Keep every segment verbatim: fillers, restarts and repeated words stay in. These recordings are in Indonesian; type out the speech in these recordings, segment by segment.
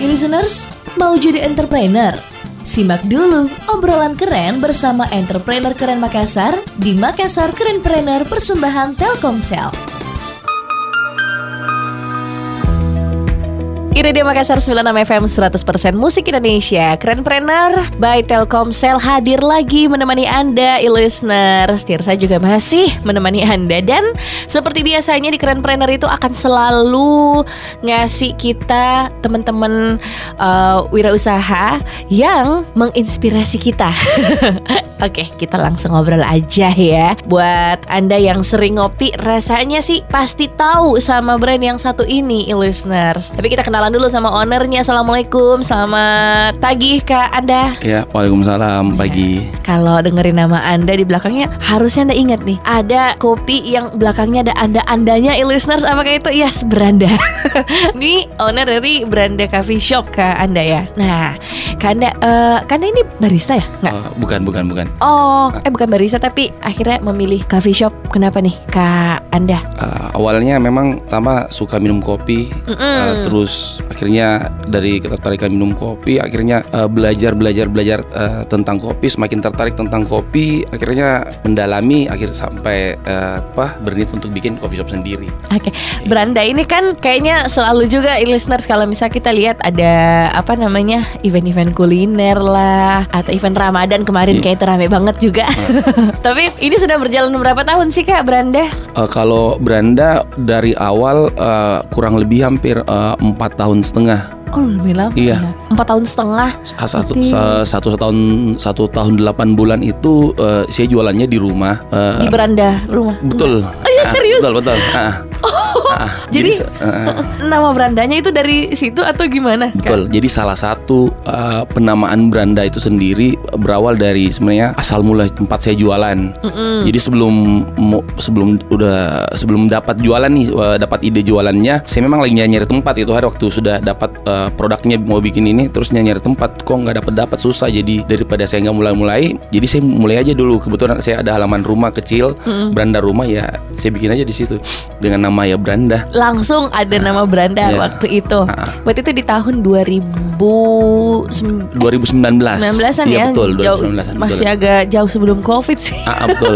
Listeners, mau jadi entrepreneur? Simak dulu obrolan keren bersama entrepreneur keren Makassar di Makassar Kerenpreneur persembahan Telkomsel. Radio Makassar sembilan puluh enam F M seratus persen musik Indonesia. Kerenpreneur by Telkomsel hadir lagi menemani Anda, listener. Setir saya juga masih menemani Anda. Dan seperti biasanya di Kerenpreneur itu akan selalu ngasih kita teman-teman uh, wirausaha yang menginspirasi kita. Oke, kita langsung ngobrol aja ya. Buat Anda yang sering ngopi, rasanya sih pasti tahu sama brand yang satu ini, listeners. Tapi kita kenalan dulu sama ownernya. Assalamualaikum, selamat pagi Kak Anda. Ya, waalaikumsalam, pagi. Ya, kalau dengerin nama Anda di belakangnya, harusnya Anda ingat nih, ada kopi yang belakangnya ada anda-andanya, listeners. Apakah itu? Yes, Branda. Ini owner dari Branda Coffee Shop Kak Anda ya. Nah, Kak Anda, uh, Kak Anda ini barista ya? Nggak? Uh, bukan, bukan, bukan. Oh, eh bukan barista tapi akhirnya memilih coffee shop. Kenapa nih Kak Anda? Uh, awalnya memang pertama suka minum kopi, uh, terus akhirnya dari ketertarikan minum kopi, akhirnya uh, belajar belajar belajar uh, tentang kopi, semakin tertarik tentang kopi, akhirnya mendalami, akhir sampai uh, apa berniat untuk bikin coffee shop sendiri. Oke, okay. Branda ini kan kayaknya selalu juga listeners kalau misalnya kita lihat ada apa namanya event-event kuliner lah atau event Ramadan kemarin, yeah. Kayak itu rame banget juga. Uh. Tapi ini sudah berjalan berapa tahun sih Kak Branda? Uh, kalau Branda dari awal uh, kurang lebih hampir uh, empat tahun setengah. Oh, lebih lama. Iya. Ya. Empat tahun setengah. Satu, satu, satu tahun satu tahun delapan bulan itu uh, saya jualannya di rumah. Uh, di beranda rumah. Betul. Oh iya, serius? Uh, betul betul. Uh. Oh, uh, jadi, jadi uh, nama berandanya itu dari situ atau gimana? Betul. Kak? Jadi salah satu uh, penamaan beranda itu sendiri berawal dari sebenarnya asal mula tempat saya jualan. Mm-mm. Jadi sebelum sebelum udah sebelum dapat jualan nih, uh, dapat ide jualannya, saya memang lagi nyari tempat itu hari waktu sudah dapat uh, produknya mau bikin ini, terus nyari tempat kok nggak dapat dapat susah. Jadi daripada saya nggak mulai-mulai, jadi saya mulai aja dulu. Kebetulan saya ada halaman rumah kecil, mm-hmm. beranda rumah ya, saya bikin aja di situ dengan nama ya Branda. Langsung ada nah, nama Branda yeah. waktu itu. Nah. Waktu itu di tahun dua ribu dua ribu sembilan belas. sembilan belasan iya, ya. Betul, jauh, dua ribu sembilan belas. Masih betul. agak jauh sebelum Covid sih. Ah, betul.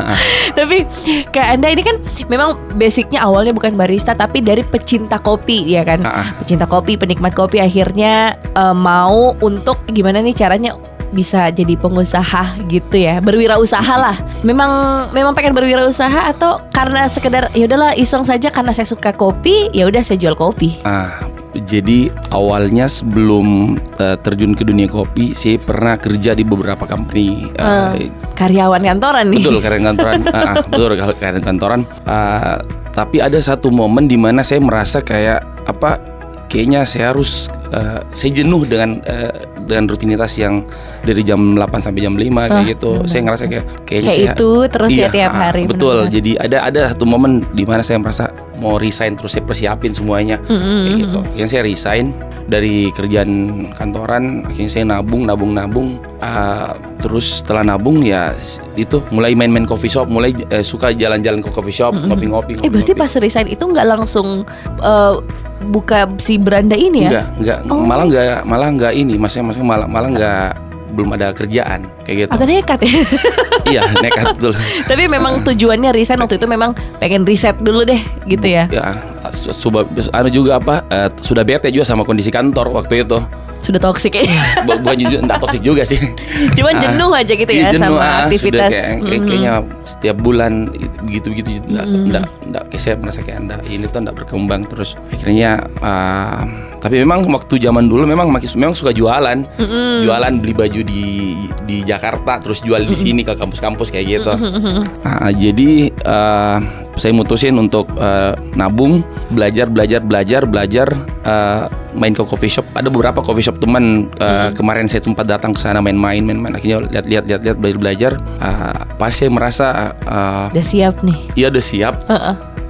Tapi Kak Anda ini kan memang basicnya awalnya bukan barista tapi dari pecinta kopi ya kan. Ah. Pecinta kopi, penikmat kopi, akhirnya uh, mau untuk gimana nih caranya bisa jadi pengusaha gitu ya, berwirausaha lah. Memang memang pengen berwirausaha atau karena sekedar ya udahlah iseng saja karena saya suka kopi, ya udah saya jual kopi. Ah, jadi awalnya sebelum uh, terjun ke dunia kopi, saya pernah kerja di beberapa company. Uh, uh, karyawan kantoran nih. Betul, karyawan kantoran. uh, betul, karyawan kantoran. Uh, tapi ada satu momen di mana saya merasa kayak apa? Kayaknya saya harus uh, saya jenuh dengan uh, dengan rutinitas yang dari jam delapan sampai jam lima kayak oh, gitu. Bener. Saya ngerasa kayak kayaknya kayak saya, itu terus iya, ya tiap hari. Uh, betul. Bener. Jadi ada ada satu momen di mana saya merasa mau resign, terus saya persiapin semuanya mm-hmm. kayak gitu. Yang saya resign dari kerjaan kantoran, akhirnya saya nabung nabung nabung. Uh, terus setelah nabung ya itu mulai main-main coffee shop, mulai uh, suka jalan-jalan ke coffee shop, mm-hmm. ngopi-ngopi. Eh berarti pas resign itu nggak langsung uh, buka si Branda ini ya? Enggak, enggak, oh. malah enggak, malah enggak ini, maksudnya maksudnya malah malah enggak, belum ada kerjaan kayak gitu. Agak nekat ya? Iya, nekat betul. Tapi memang tujuannya resign waktu itu memang pengen riset dulu deh, gitu ya? Ya, sudah, anu juga apa, uh, sudah bete juga sama kondisi kantor waktu itu. Sudah toksik ya? Bukan juga, enggak toksik juga sih. Cuman jenuh aja gitu ya jenuh, sama ah, aktivitas. Kayak, kayak, kayaknya setiap bulan begitu-begitu enggak, mm. enggak, enggak, kayak saya merasa kayak enggak, ini tuh enggak berkembang terus. Akhirnya, uh, tapi memang waktu zaman dulu memang memang suka jualan, mm-hmm. jualan beli baju di di Jakarta, terus jual di sini ke kampus-kampus kayak gitu. Mm-hmm. Nah, jadi uh, saya mutusin untuk uh, nabung, belajar, belajar, belajar, belajar. Uh, main ke coffee shop. Ada beberapa coffee shop teman uh, hmm. kemarin saya sempat datang ke sana main-main, main-main. Akhirnya lihat-lihat, lihat-lihat, belajar-belajar. Uh, pas saya merasa uh, udah siap nih. Iya udah siap. Uh-uh.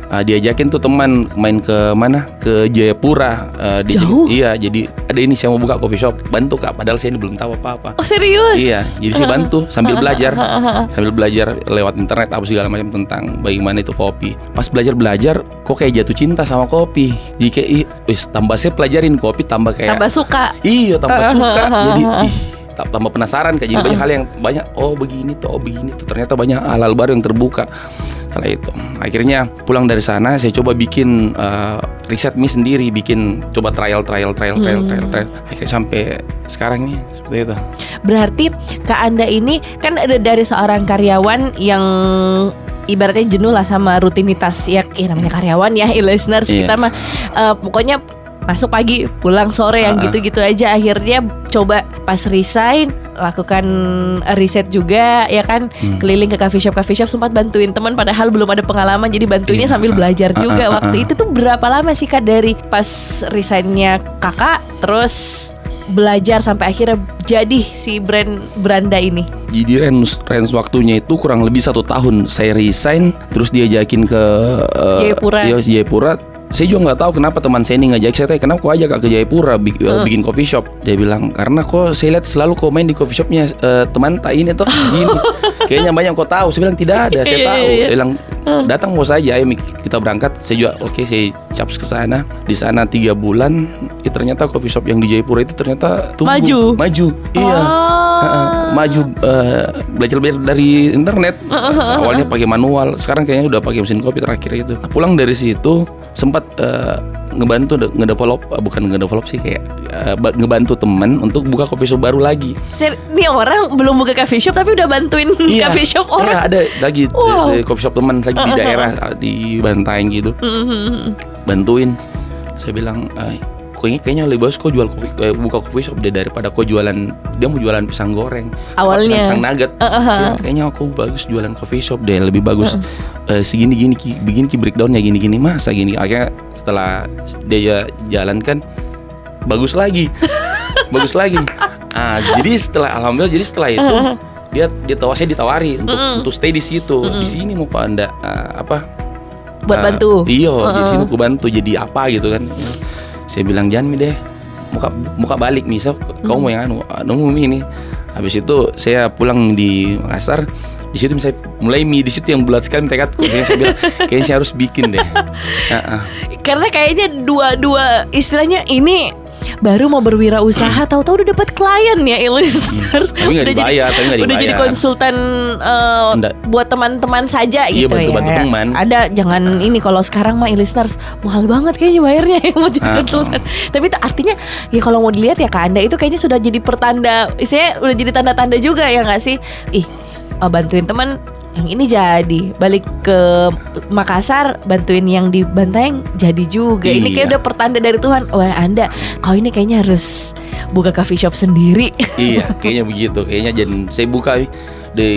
uh, diajakin tuh teman main ke mana, ke Jayapura. uh, dia Jauh? Jadi, iya, jadi ada ini saya mau buka coffee shop, bantu Kak, padahal saya ini belum tahu apa-apa. Oh serius? Iya, jadi saya bantu sambil belajar, sambil belajar lewat internet apa segala macam tentang bagaimana itu kopi. Pas belajar-belajar, kok kayak jatuh cinta sama kopi. Jadi kayak, ih, wis tambah saya pelajarin kopi, tambah kayak Tambah suka. Iya, tambah suka. Jadi, ih, tambah penasaran Kak. Jadi banyak hal yang banyak. Oh begini tuh, oh begini tuh. Ternyata banyak hal-hal baru yang terbuka. Setelah itu, akhirnya pulang dari sana, saya coba bikin uh, riset mie sendiri, bikin coba trial, trial, trial, trial, Hmm. trial, trial. Akhirnya sampai sekarang nih seperti itu. Berarti Kak Anda ini kan ada dari seorang karyawan yang ibaratnya jenuh lah sama rutinitas ya, ya namanya karyawan ya, listeners. Iya. Kita mah uh, pokoknya masuk pagi, pulang sore yang Uh-uh. gitu-gitu aja. Akhirnya coba pas resign lakukan riset juga ya kan, Hmm. keliling ke coffee shop coffee shop, sempat bantuin teman padahal belum ada pengalaman, jadi bantuinnya Iya. sambil belajar Uh-uh, juga. uh-uh. Waktu itu tuh berapa lama sih Kak dari pas resignnya Kakak terus belajar sampai akhirnya jadi si brand Branda ini? Jadi range, range waktunya itu kurang lebih satu tahun. Saya resign, terus diajakin ke uh, Jayapura. Iya, Jayapura. Saya juga nggak tahu kenapa teman saya ini ngajak saya. Tanya, kenapa kok ajak Kak ke Jayapura bik- Hmm. bikin coffee shop? Dia bilang karena kok saya lihat selalu kau main di coffee shopnya uh, teman tak ini tuh gini. Kayaknya banyak kau tahu. Saya bilang tidak ada, saya Iya, tahu. iya, iya. Dia bilang datang mau saja, ayo Mik, kita berangkat. Saya juga oke, saya caps ke sana. Di sana tiga bulan, ya ternyata coffee shop yang di Jayapura itu ternyata tumbuh, Maju? maju, iya. Oh. Ha-ha, maju uh, belajar-belajar dari internet. Awalnya pakai manual, sekarang kayaknya udah pakai mesin kopi terakhir itu. Pulang dari situ sempat uh, ngebantu de- ngedevelop, uh, bukan ngedevelop sih, kayak uh, ba- ngebantu teman untuk buka coffee shop baru lagi. Ser- Nih orang belum buka coffee shop tapi udah bantuin coffee shop Iya, orang. ada lagi Wow. uh, coffee shop teman lagi di daerah di Bantaeng gitu. Mhm. Bantuin. Saya bilang, eh, kayaknya kayaknya lebih bagus kok jual kopi, eh, buka coffee shop deh daripada kok jualan. Dia mau jualan pisang goreng, Awalnya. pisang, pisang nugget. Uh-uh. Saya bilang, kayaknya aku bagus jualan coffee shop deh, lebih bagus. Eh, segini gini ki, begini ki breakdownnya gini gini, masa gini. Akhirnya setelah dia jalan kan bagus lagi, bagus lagi. Ah, jadi setelah alhamdulillah, jadi setelah itu dia dia tahu saya ditawari untuk untuk stay di situ. Di sini mau kok Anda ah, apa? Buat Ah, bantu. Iya, di Uh-uh. sini aku bantu jadi apa gitu kan. Saya bilang jangan mi deh, muka muka balik misal kau mau yang anu nunggu mi ini. Habis itu saya pulang di Makassar. Di situ saya mulai mie di situ yang bulat sekali tekad. Kayaknya saya bilang kayaknya saya harus bikin deh. Uh-uh. Karena kayaknya dua-dua istilahnya ini baru mau berwirausaha, tahu-tahu udah dapat klien ya, listeners. Tapi nggak Udah jadi- dibayar, tapi nggak Udah jadi dibayar. konsultan eh, Nggak. buat teman-teman saja Iya, gitu bantu-bantu ya. teman. Ada jangan ini kalau sekarang mah listeners mahal banget kayaknya bayarnya yang mau jadi Ah, konsultan. Tapi itu artinya ya kalau mau dilihat ya Kak Anda itu kayaknya sudah jadi pertanda, istilahnya udah jadi tanda-tanda juga ya nggak sih? Ih, eh, bantuin teman yang ini jadi, balik ke Makassar bantuin yang di Bantaeng jadi juga. Ini kayak Iya. udah pertanda dari Tuhan. Wah Anda, kau ini kayaknya harus buka coffee shop sendiri. Iya, kayaknya begitu. Kayaknya jadi saya buka di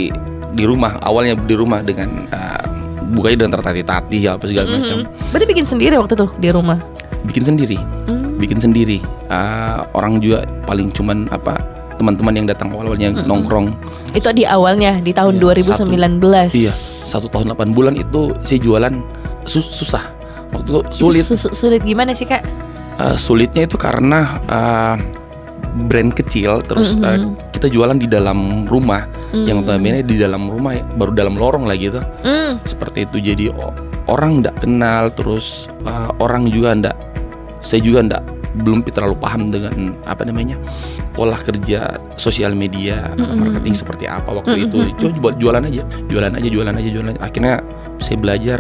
di rumah, awalnya di rumah dengan uh, bukanya dengan tertatih-tatih apa segala macam. Berarti bikin sendiri waktu tuh di rumah. Bikin sendiri. Hmm. Bikin sendiri. Uh, orang juga paling cuman apa teman-teman yang datang awal-awalnya nongkrong. Itu di awalnya di tahun Iya, dua ribu sembilan belas. Iya, satu tahun delapan bulan itu saya jualan sus- susah. Waktu itu sulit. Itu su- sulit gimana sih Kak? Uh, sulitnya itu karena uh, brand kecil, terus uh, Mhm. kita jualan di dalam rumah. Mhm. Yang utamanya di dalam rumah, ya, baru dalam lorong lah gitu. Hmm. Seperti itu, jadi o- orang ndak kenal, terus uh, orang juga ndak, saya juga ndak belum terlalu paham dengan apa namanya pola kerja sosial media, Mm-mm. marketing seperti apa waktu Mm-mm. itu. Coba buat jualan aja, jualan aja, jualan aja, jualan. Akhirnya saya belajar,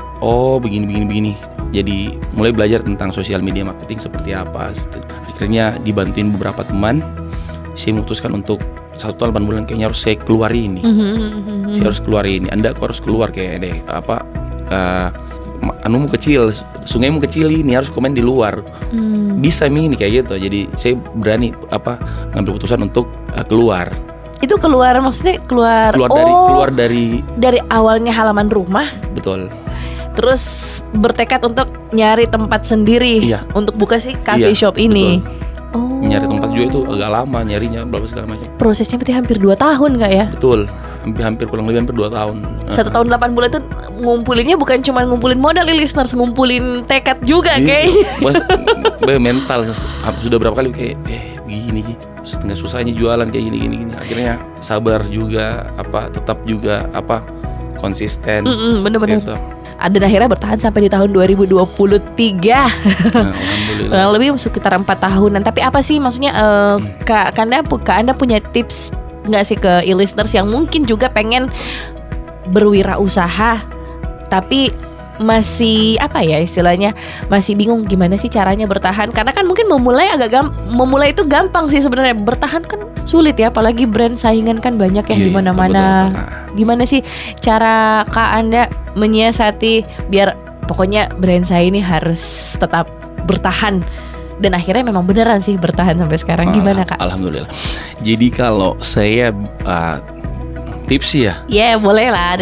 oh begini, begini, begini. Jadi mulai belajar tentang sosial media marketing seperti apa. Akhirnya dibantuin beberapa teman. Saya memutuskan untuk satu tahun delapan bulan kayaknya harus saya keluar ini. Mhm. Saya harus keluar ini. Anda kok harus keluar kayak deh apa uh, anumu kecil, sungaimu kecil ini harus komen di luar. Hmm. Bisa mi ini kayak gitu. Jadi saya berani apa ngambil keputusan untuk uh, keluar. Itu keluar maksudnya keluar Keluar oh, dari keluar dari dari awalnya halaman rumah, betul. terus bertekad untuk nyari tempat sendiri Iya. untuk buka si coffee Iya, shop ini. betul. Oh. Nyari tempat juga itu agak lama nyarinya berapa segala macam. Prosesnya berarti hampir dua tahun Kak ya? Betul. hampir kurang lebih hampir dua tahun. Satu tahun delapan bulan itu ngumpulinnya bukan cuma ngumpulin modal, listeners, ngumpulin tekad juga kayaknya. Bos, mental sudah berapa kali kayak eh begini setengah susahnya jualan kayak gini gini gini. Akhirnya sabar juga, apa tetap juga apa konsisten. Mm-mm, bener-bener. Dan akhirnya bertahan sampai di tahun dua ribu dua puluh tiga. Nah, alhamdulillah. Kurang lebih sekitar empat tahunan. Tapi apa sih maksudnya uh, Kak Anda, Kak Anda punya tips nggak sih ke e-listeners yang mungkin juga pengen berwirausaha tapi masih apa ya istilahnya masih bingung gimana sih caranya bertahan? Karena kan mungkin memulai agak gam- memulai itu gampang sih sebenarnya, bertahan kan sulit ya, apalagi brand saingan kan banyak yang Iya, di mana-mana. Gimana sih cara Kak Anda menyiasati biar pokoknya brand saya ini harus tetap bertahan? Dan akhirnya memang beneran sih bertahan sampai sekarang. Gimana Kak? Alhamdulillah. Jadi kalau saya uh, tips ya. Ya yeah, boleh lah.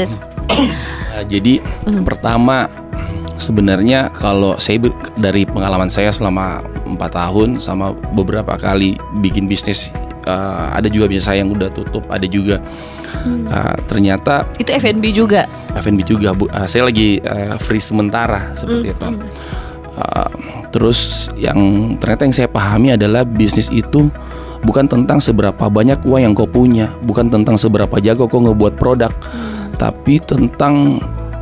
uh, Jadi mm. pertama sebenarnya kalau saya ber- dari pengalaman saya selama empat tahun sama beberapa kali bikin bisnis, uh, ada juga bisnis saya yang udah tutup, ada juga mm. uh, ternyata itu F and B juga. F and B juga. Bu, uh, saya lagi uh, free sementara seperti mm. itu. Uh, terus yang ternyata yang saya pahami adalah bisnis itu bukan tentang seberapa banyak uang yang kau punya, bukan tentang seberapa jago kau ngebuat produk, hmm. tapi tentang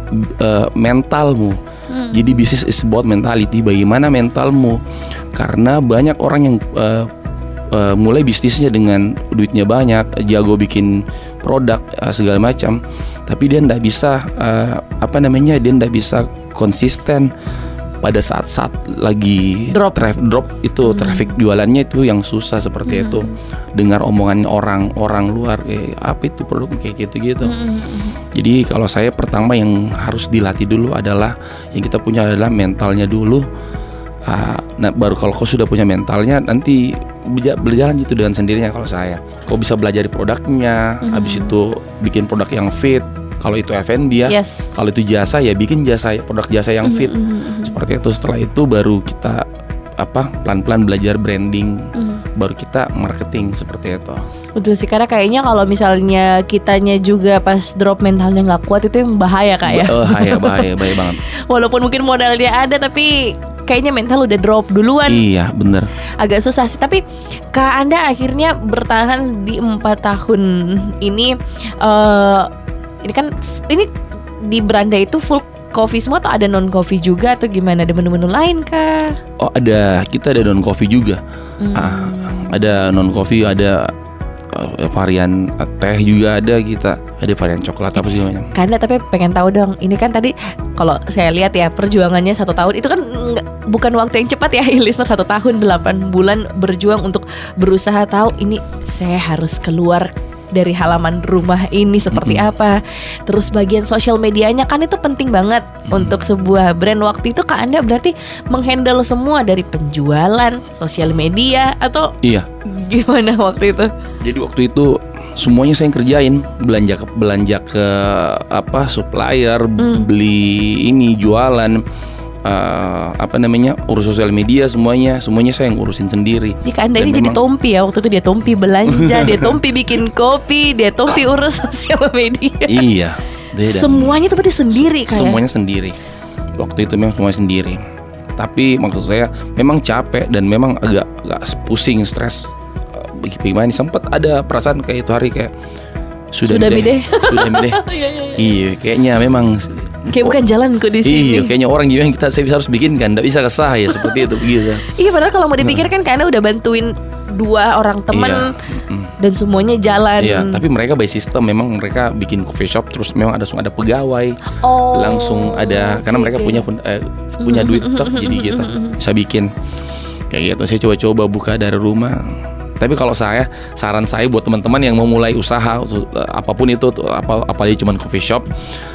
uh, mentalmu. Hmm. Jadi bisnis is about mentality, bagaimana mentalmu. Karena banyak orang yang uh, uh, mulai bisnisnya dengan duitnya banyak, jago bikin produk uh, segala macam, tapi dia ndak bisa uh, apa namanya, dia ndak bisa konsisten. Pada saat-saat lagi drop, traf, drop itu hmm. traffic jualannya itu yang susah seperti hmm. itu. Dengar omongan orang-orang luar kayak apa itu produk kayak gitu-gitu. Hmm. Jadi kalau saya pertama yang harus dilatih dulu adalah yang kita punya adalah mentalnya dulu. Uh, nah baru kalau kau sudah punya mentalnya nanti berjalan gitu dengan sendirinya. Kalau saya, kau bisa belajar produknya, hmm. habis itu bikin produk yang fit. Kalau itu F and B ya, yes. Kalau itu jasa ya bikin jasa, produk jasa yang fit. Mm-hmm. Seperti itu. Setelah itu baru kita apa pelan-pelan belajar branding, mm-hmm. baru kita marketing seperti itu. Betul sih, karena kayaknya kalau misalnya kitanya juga pas drop mentalnya nggak kuat itu yang bahaya Kak ya. Bahaya, bahaya, bahaya banget. Walaupun mungkin modalnya ada tapi kayaknya mental udah drop duluan. Iya, bener. Agak susah sih. Tapi Kak Anda akhirnya bertahan di empat tahun ini. Uh, Ini kan ini di Beranda itu full coffee semua atau ada non coffee juga atau gimana? Ada menu-menu lain kah? Oh ada, kita ada non coffee juga. Hmm. Ah, ada non coffee, ada uh, varian uh, teh juga ada kita. Ada varian coklat apa sih namanya? Karena tapi pengen tahu dong. Ini kan tadi kalau saya lihat ya perjuangannya satu tahun itu kan enggak, bukan waktu yang cepat ya. Listener satu tahun delapan bulan berjuang untuk berusaha tahu ini saya harus keluar dari halaman rumah ini seperti mm-hmm. apa. Terus bagian sosial medianya kan itu penting banget mm-hmm. untuk sebuah brand. Waktu itu Kak Anda berarti menghandle semua dari penjualan, sosial media atau iya. Gimana waktu itu? Jadi waktu itu semuanya saya yang kerjain, belanja ke belanja ke apa supplier, mm. beli ini jualan. Uh, apa namanya urus sosial media semuanya semuanya saya yang urusin sendiri. Jadi Kak Anda ini jadi Tompi ya waktu itu, dia Tompi belanja, dia Tompi bikin kopi, dia Tompi urus sosial media. Iya. Semuanya itu berarti sendiri Kak? Semuanya ya? Sendiri. Waktu itu memang semuanya sendiri. Tapi maksud saya memang capek dan memang agak agak pusing, stres. Bagaimana sempat ada perasaan kayak itu hari kayak sudah bide, sudah bide. Iya, kayaknya memang kayak bukan jalanku di sini. Iya, kayaknya orang gimana kita saya harus bikin kan, tidak bisa kesah ya seperti itu begitu. Iya, padahal kalau mau dipikir kan karena udah bantuin dua orang teman iya. dan semuanya jalan. Iya, tapi mereka by system, memang mereka bikin coffee shop terus memang ada langsung ada pegawai, oh, langsung ada okay, karena mereka okay. punya eh, punya duit tetap jadi gitu bisa bikin kayak gitu. Saya coba-coba buka dari rumah. Tapi kalau saya, saran saya buat teman-teman yang mau mulai usaha apapun itu, apa apalagi cuma coffee shop,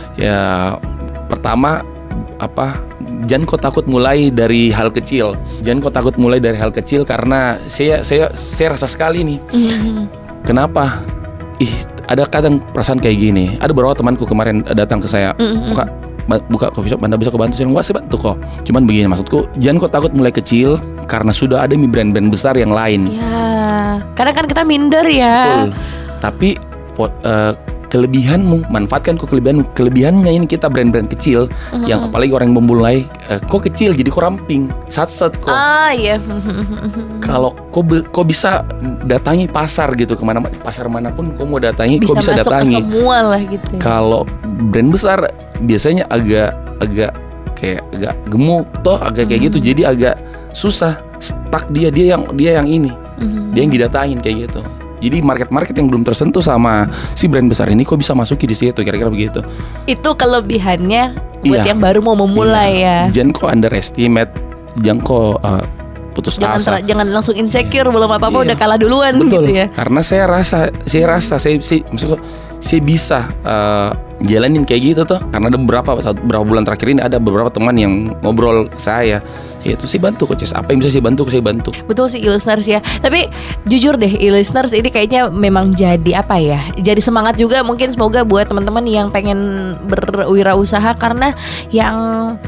ya pertama apa jangan kau takut mulai dari hal kecil. Jangan kau takut mulai dari hal kecil karena saya saya saya rasa sekali nih. Mm-hmm. Kenapa? Ih, ada kadang perasaan kayak gini. Ada beberapa temanku kemarin datang ke saya, mm-hmm. buka buka coffee shop, Anda bisa kau bantu? Saya bilang, wah saya bantu kok. Cuman begini maksudku, jangan kau takut mulai kecil karena sudah ada brand-brand besar yang lain. Ya, karena kan kita minder ya. Betul. Tapi po, uh, kelebihanmu, manfaatkan kok kelebihanmu. Kelebihannya ini kita brand-brand kecil mm-hmm. yang apalagi orang yang memulai, uh, kok kecil jadi kok ramping, sat-sat kok. Ah iya. Kalau kok be, kok bisa datangi pasar gitu, kemana pasar manapun kok mau datangi, bisa kok bisa masuk datangi. Ke semua lah gitu. Ya. Kalau brand besar biasanya agak agak kayak agak gemuk toh, agak kayak mm-hmm. gitu, jadi agak susah stuck dia dia yang dia yang ini, mm-hmm. dia yang didatangin kayak gitu. Jadi market-market yang belum tersentuh sama si brand besar ini kok bisa masuki di situ, kira-kira begitu. Itu kelebihannya buat iya, yang baru mau memulai iya. ya. Jangan kok underestimate, jangan kok uh, putus jangan asa. Ter- jangan langsung insecure, belum apa-apa iya. udah kalah duluan. Betul. Gitu ya. Karena saya rasa, saya rasa saya, saya maksudnya saya bisa uh, jalanin kayak gitu tuh. Karena ada beberapa beberapa bulan terakhir ini ada beberapa teman yang ngobrol ke saya. Saya itu saya bantu coaches, apa yang bisa saya bantu, saya bantu. Betul sih listeners ya. Tapi jujur deh listeners, ini kayaknya memang jadi apa ya? Jadi semangat juga mungkin, semoga buat teman-teman yang pengen berwirausaha. Karena yang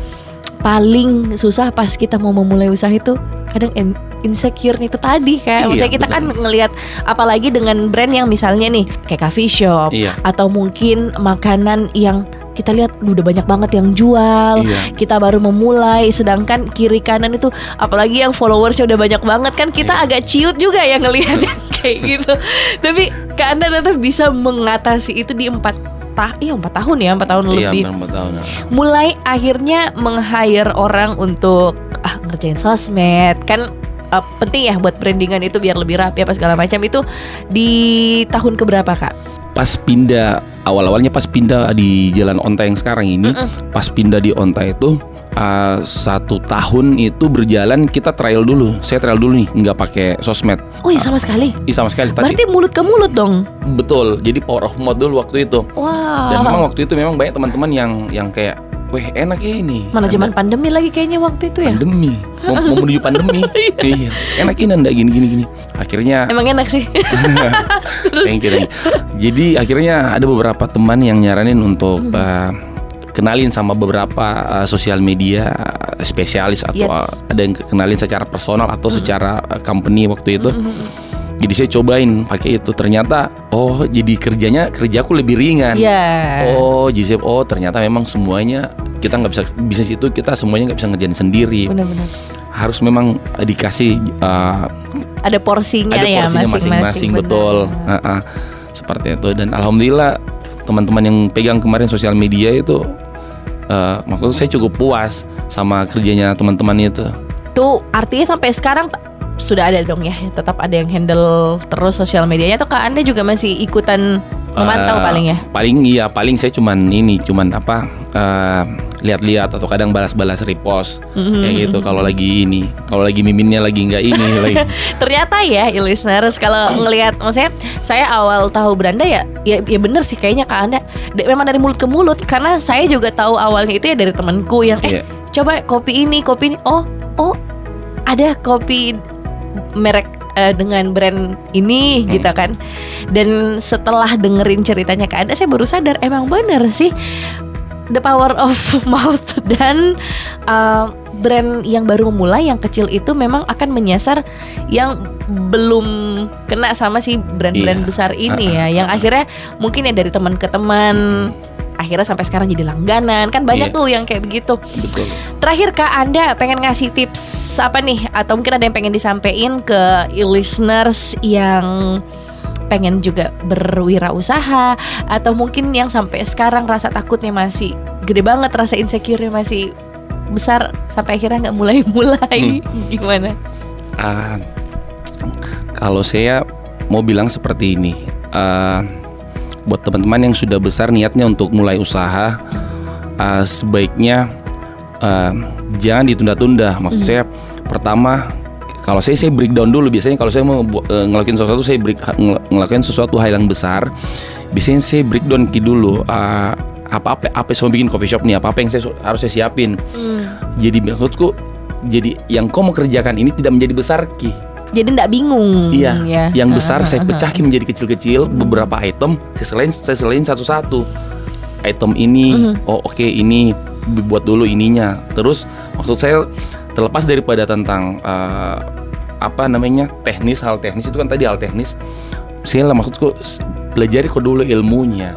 paling susah pas kita mau memulai usaha itu kadang insecure itu tadi kayak iya, misalnya kita betul. Kan ngelihat apalagi dengan brand yang misalnya nih kayak coffee shop iya. Atau mungkin makanan yang kita lihat udah banyak banget yang jual, iya. Kita baru memulai, sedangkan kiri kanan itu apalagi yang followersnya udah banyak banget kan kita iya. Agak ciut juga ya ngelihat kayak gitu. Tapi Kak Anda tetap bisa mengatasi itu di empat tah, iya empat tahun ya, empat tahun iya, lebih. empat tahun. Mulai akhirnya meng-hire orang untuk ah ngerjain sosmed kan. Uh, penting ya buat brandingan itu biar lebih rapi apa segala macam. Itu di tahun keberapa Kak? Pas pindah, awal-awalnya pas pindah di Jalan Onta yang sekarang ini, Mm-mm. pas pindah di Onta itu uh, satu tahun itu berjalan kita trial dulu. Saya trial dulu nih, nggak pakai sosmed. Oh iya sama sekali. Iya sama sekali. Berarti mulut ke mulut dong. Betul. Jadi power of mouth dulu waktu itu. Wow. Dan memang waktu itu memang banyak teman-teman yang yang kayak, weh enak ya ini. Manajemen pandemi lagi kayaknya waktu itu ya. Pandemi, mau, mau menuju pandemi. Iya, enak ini ndak gini gini gini. Akhirnya. Emang enak sih. Thank you, thank you. Jadi akhirnya ada beberapa teman yang nyaranin untuk mm-hmm. uh, kenalin sama beberapa uh, sosial media uh, spesialis atau yes. uh, ada yang kenalin secara personal atau mm-hmm. secara uh, company waktu itu. Mm-hmm. Jadi saya cobain pakai itu, ternyata oh jadi kerjanya kerjaku lebih ringan. Yeah. Oh jadi saya, oh ternyata memang semuanya kita nggak bisa bisnis itu kita semuanya nggak bisa ngerjain sendiri. Benar-benar. Harus memang dikasih uh, ada porsinya, ada ya porsinya masing-masing, masing-masing betul. Uh-uh. Seperti itu, dan alhamdulillah teman-teman yang pegang kemarin sosial media itu, uh, maksudnya saya cukup puas sama kerjanya teman-teman itu. Tuh artinya sampai sekarang sudah ada dong ya, tetap ada yang handle terus sosial medianya, atau Kak Anda juga masih ikutan memantau uh, paling ya? Paling iya, paling saya cuman ini, cuman apa uh, lihat-lihat atau kadang balas-balas repost mm-hmm. kayak gitu. Kalau lagi ini, kalau lagi miminnya lagi nggak ini lagi. Ternyata ya, listeners, kalau ngelihat, maksudnya saya awal tahu Beranda ya, ya, ya bener sih kayaknya Kak Anda de- memang dari mulut ke mulut, karena saya juga tahu awalnya itu ya dari temanku yang eh yeah. coba kopi ini, kopi ini, oh oh ada kopi merek uh, dengan brand ini hmm. gitu kan. Dan setelah dengerin ceritanya Kak Anda, saya baru sadar emang bener sih the power of mouth. Dan uh, brand yang baru memulai, yang kecil itu memang akan menyasar yang belum kena sama si brand-brand yeah. besar ini ya, yang akhirnya mungkin ya dari teman ke teman, akhirnya sampai sekarang jadi langganan. Kan banyak yeah. tuh yang kayak begitu. Betul. Terakhir Kak, Anda pengen ngasih tips apa nih? Atau mungkin ada yang pengen disampaikan ke listeners yang pengen juga berwirausaha, atau mungkin yang sampai sekarang rasa takutnya masih gede banget, rasa insecure-nya masih besar sampai akhirnya nggak mulai-mulai. hmm. Gimana? Uh, kalau saya mau bilang seperti ini, uh, buat teman-teman yang sudah besar niatnya untuk mulai usaha, uh, sebaiknya uh, jangan ditunda-tunda. Maksud mm. saya, pertama, kalau saya saya breakdown dulu. Biasanya kalau saya mau uh, ngelakuin sesuatu, saya break, ng- ngelakuin sesuatu hal yang besar, biasanya saya breakdown ki dulu. Uh, apa-apa apa saya mau bikin coffee shop nih, apa-apa yang saya harus saya siapin. Mm. Jadi maksudku, jadi yang kau mau kerjakan ini tidak menjadi besar ki. Jadi tidak bingung. Iya. Ya. Yang besar saya pecah menjadi kecil-kecil. Hmm. Beberapa item saya selain saya selain satu-satu. Item ini, hmm. oh oke okay, ini buat dulu ininya. Terus maksud saya, terlepas daripada tentang uh, apa namanya teknis, hal teknis itu kan tadi hal teknis. Saya lah maksudku pelajari kok dulu ilmunya.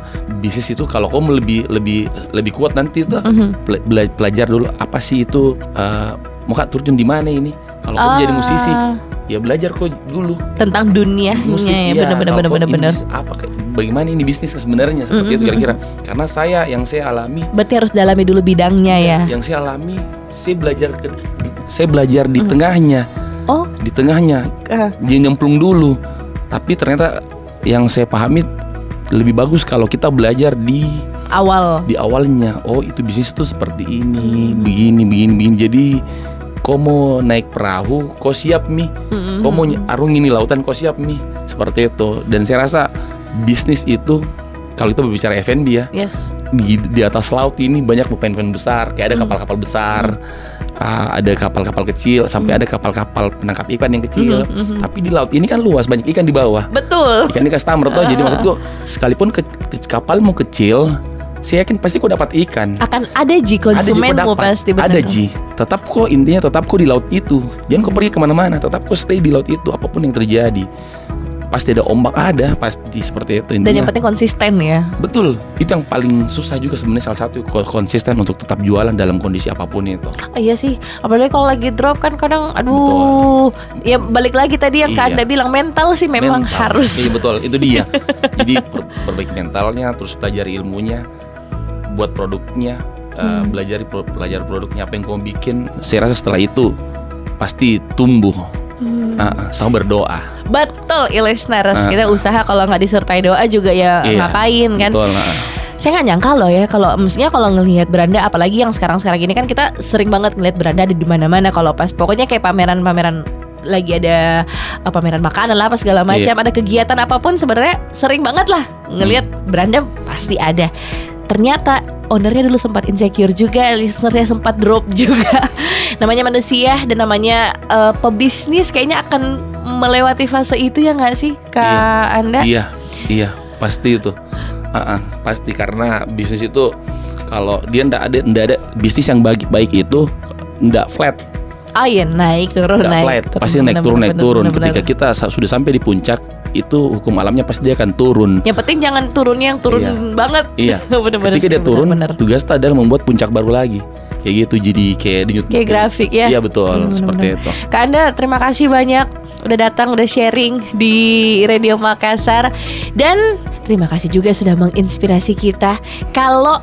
bisnis itu kalau kamu lebih lebih lebih kuat nanti tuh mm-hmm. bela- belajar dulu apa sih itu uh, mau kak terjun di mana ini. Kalau kamu ah. jadi musisi, ya belajar kok dulu tentang dunianya musik, ya, ya benar-benar benar-benar. Apa bagaimana ini bisnis sebenarnya seperti mm-hmm. itu kira-kira. Karena saya yang saya alami. Berarti harus dalami dulu bidangnya ya. Yang saya alami, saya belajar ke, saya belajar di mm. tengahnya. Oh, di tengahnya. Uh. Dia nyemplung dulu. Tapi ternyata yang saya pahami lebih bagus kalau kita belajar di awal. Di awalnya. Oh, itu bisnis itu seperti ini, mm. begini, begini, begini. Jadi kau mau naik perahu, kau siap mi. Mm-hmm. Kau mau arungi lautan, kau siap mi. Seperti itu. Dan saya rasa bisnis itu kalau kita berbicara F and B ya, yes. di, di atas laut ini banyak pemain-pemain besar. Kayak ada mm. kapal-kapal besar, mm. uh, ada kapal-kapal kecil, sampai mm. ada kapal-kapal penangkap ikan yang kecil. Mm-hmm. Tapi di laut ini kan luas, banyak ikan di bawah. Betul. Ikan ini customer tuh. Jadi maksudku sekalipun ke, ke, kapalmu kecil, saya yakin pasti kau dapat ikan. Akan ada ji konsumenmu pasti benar. Ada ji. Tetap kok intinya tetap kok di laut itu. Jangan kau pergi kemana-mana. Tetap kok stay di laut itu. Apapun yang terjadi. Pasti ada ombak, ada pasti seperti itu intinya. Dan yang penting konsisten ya. Betul. Itu yang paling susah juga sebenarnya, salah satu konsisten untuk tetap jualan dalam kondisi apapun itu. Oh, iya sih. Apalagi kalau lagi drop kan kadang aduh. Betul. Ya balik lagi tadi yang iya. Kak Anda bilang mental sih memang mental. Harus. Iya betul. Itu dia. Jadi per- perbaiki mentalnya, terus pelajari ilmunya, buat produknya, hmm. uh, belajar belajar produknya apa yang kamu bikin. Saya rasa setelah itu pasti tumbuh. Hmm. Uh, sama berdoa. Betul, listeners. Uh, kita usaha kalau nggak disertai doa juga ya iya, ngapain kan? Betul, uh. Saya nggak nyangka loh ya kalau maksudnya kalau ngelihat Beranda, apalagi yang sekarang-sekarang ini kan kita sering banget ngelihat Beranda ada di mana-mana. Kalau pas pokoknya kayak pameran-pameran lagi ada uh, pameran makanan lah apa segala macam, iya. Ada kegiatan apapun sebenarnya sering banget lah ngelihat hmm. Beranda pasti ada. Ternyata ownernya dulu sempat insecure juga, listenernya sempat drop juga. Namanya manusia dan namanya uh, pebisnis kayaknya akan melewati fase itu ya nggak sih Kak iya, Anda? Iya, iya pasti itu, uh-uh, pasti karena bisnis itu kalau dia ndak ada ndak ada bisnis yang baik baik itu ndak flat. Oh iya naik turun ndak naik. Flat, turun, pasti naik turun naik turun. Ketika kita sudah sampai di puncak, itu hukum alamnya pasti dia akan turun. Yang penting jangan turunnya yang turun iya. banget. Iya. bener-bener Ketika sih, dia turun, bener-bener. tugas kita adalah membuat puncak baru lagi. Kayak gitu, jadi kayak denyut. Kayak grafik ya. Iya betul, hmm, seperti bener. itu. Kak Anda terima kasih banyak udah datang, udah sharing di Radio Makassar. Dan terima kasih juga sudah menginspirasi kita. Kalau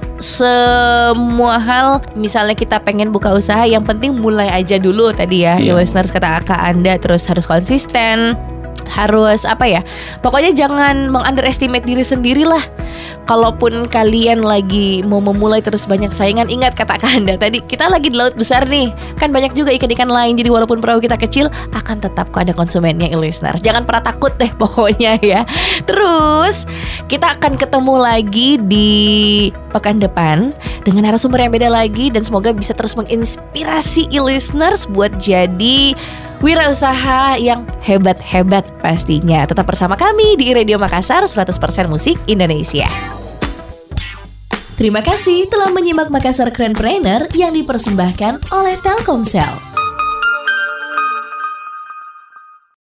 semua hal, misalnya kita pengen buka usaha, yang penting mulai aja dulu tadi ya, yeah. Listeners kata Kak Anda, terus harus konsisten, harus apa ya, pokoknya jangan meng-underestimate diri sendiri lah. Kalaupun kalian lagi mau memulai terus banyak saingan, ingat kata Kak Anda tadi, kita lagi di laut besar nih, kan banyak juga ikan-ikan lain. Jadi walaupun perahu kita kecil, akan tetap kok ada konsumennya, listeners. Jangan pernah takut deh pokoknya ya. Terus kita akan ketemu lagi di pekan depan dengan narasumber yang beda lagi, dan semoga bisa terus menginspirasi listeners buat jadi wirausaha yang hebat-hebat pastinya. Tetap bersama kami di Radio Makassar seratus persen Musik Indonesia. Terima kasih telah menyimak Makassar Krenpreneur yang dipersembahkan oleh Telkomsel.